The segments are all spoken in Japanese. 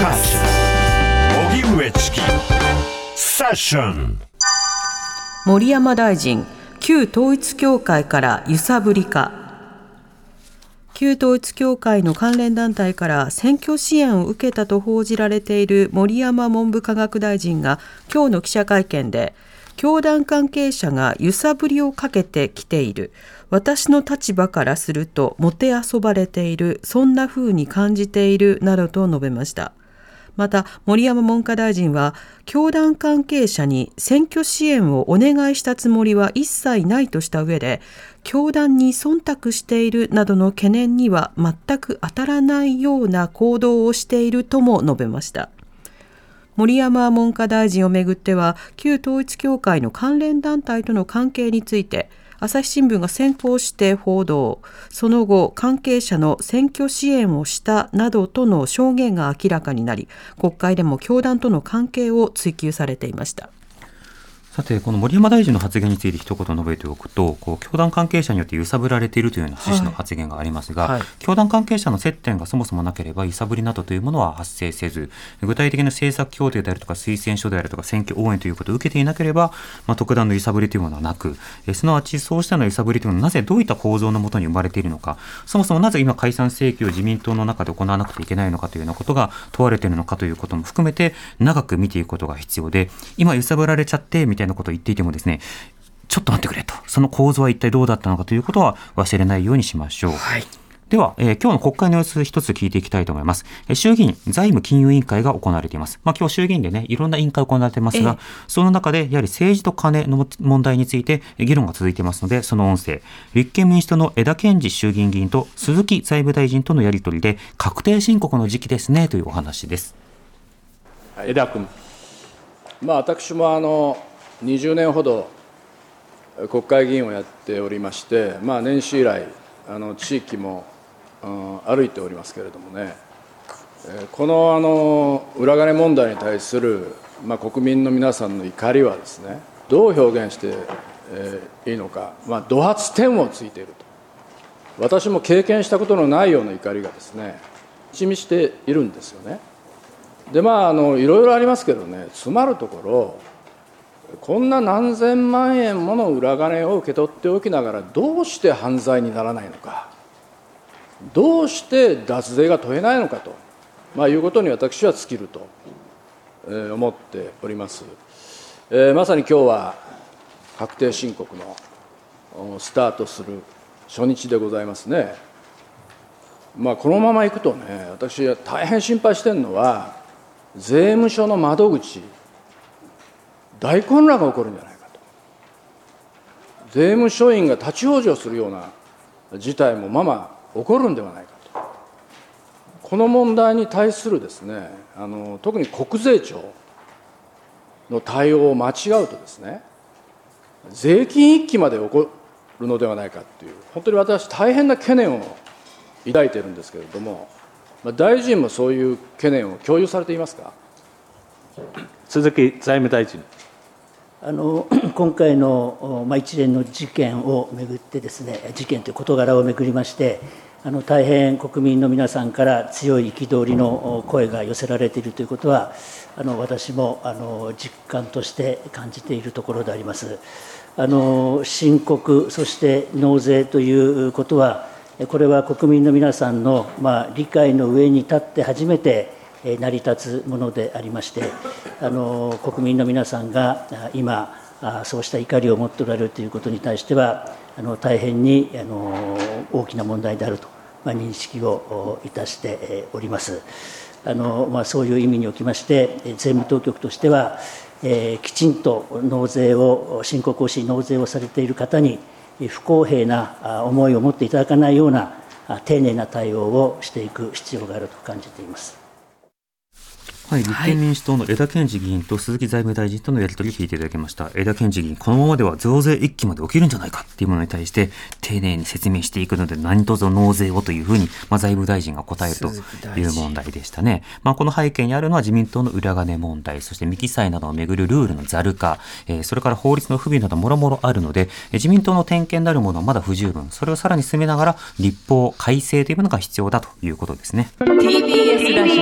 荻上チキセッション。 森山大臣、旧統一教会から揺さぶりか。旧統一教会の関連団体から選挙支援を受けたと報じられている森山文部科学大臣が今日の記者会見で、教団関係者が揺さぶりをかけてきている、私の立場からするともてあそばれている、そんな風に感じているなどと述べました。また森山文科大臣は、教団関係者に選挙支援をお願いしたつもりは一切ないとした上で、教団に忖度しているなどの懸念には全く当たらないような行動をしているとも述べました。森山文科大臣をめぐっては、旧統一教会の関連団体との関係について朝日新聞が先行して報道、その後関係者の選挙支援をしたなどとの証言が明らかになり、国会でも教団との関係を追及されていました。 さて、この森山大臣の発言について一言述べておくと、教団関係者によって揺さぶられているというような趣旨の発言がありますが、教団関係者の接点がそもそもなければ揺さぶりなどというものは発生せず、具体的な政策協定であるとか推薦書であるとか選挙応援ということを受けていなければ、特段の揺さぶりというものはなく、すなわちそうしたの揺さぶりというのはなぜどういった構造のもとに生まれているのか、そもそもなぜ今解散請求を自民党の中で行わなくてはいけないのかというようなことが問われているのかということも含めて長く見ていくことが必要で、今揺さぶられちゃってみたいなことを言っていてもですね、ちょっと待ってくれと、その構造は一体どうだったのかということは忘れないようにしましょう。では、今日の国会の様子一つ聞いていきたいと思います。衆議院財務金融委員会が行われています。今日衆議院でね、いろんな委員会が行われていますが、その中でやはり政治と金の問題について議論が続いていますので、その音声、立憲民主党の江田憲司衆議院議員と鈴木財務大臣とのやり取りで、確定申告の時期ですねというお話です。 江田君。私も20年ほど国会議員をやっておりまして、年始以来地域も歩いておりますけれどもね、この裏金問題に対する国民の皆さんの怒りはですね、どう表現していいのか、怒発点をついていると、私も経験したことのないような怒りがですね、満ち満ちているんですよね。でいろいろありますけどね、つまるところ、こんな何千万円もの裏金を受け取っておきながら、どうして犯罪にならないのか、どうして脱税が問えないのかと、いうことに私は尽きると思っております。まさに今日は確定申告のスタートする初日でございますね。このままいくとね、私は大変心配しているのは、税務署の窓口、大混乱が起こるんじゃないかと。税務署員が立ち往生するような事態も起こるんではないかと。この問題に対するですね、特に国税庁の対応を間違うとですね、税金一揆まで起こるのではないかという、本当に私大変な懸念を抱いているんですけれども、大臣もそういう懸念を共有されていますか。 鈴木財務大臣。 今回の一連の事件をめぐってですね、事件という事柄をめぐりまして、大変国民の皆さんから強い憤りの声が寄せられているということは、私も実感として感じているところであります。申告、そして納税ということは、これは国民の皆さんの理解の上に立って初めて成り立つものでありまして、国民の皆さんが今そうした怒りを持っておられるということに対しては、大変に大きな問題であると認識をいたしております。そういう意味におきまして、税務当局としては、きちんと納税を申告をし、納税をされている方に不公平な思いを持っていただかないような丁寧な対応をしていく必要があると感じています。 立憲民主党の江田憲司議員と鈴木財務大臣とのやり取りを聞いていただきました。江田憲司議員、このままでは増税一揆まで起きるんじゃないかというものに対して丁寧に説明していくので、何卒納税をというふうに、財務大臣が答えるという問題でしたね。この背景にあるのは自民党の裏金問題、そして未記載などをめぐるルールのざる化、それから法律の不備などもろもろあるので、自民党の点検なるものはまだ不十分、それをさらに進めながら立法改正というものが必要だということですね。 TBS ラジオ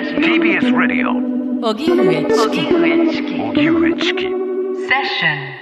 TBS ラジオ荻上チキ荻上チキセッション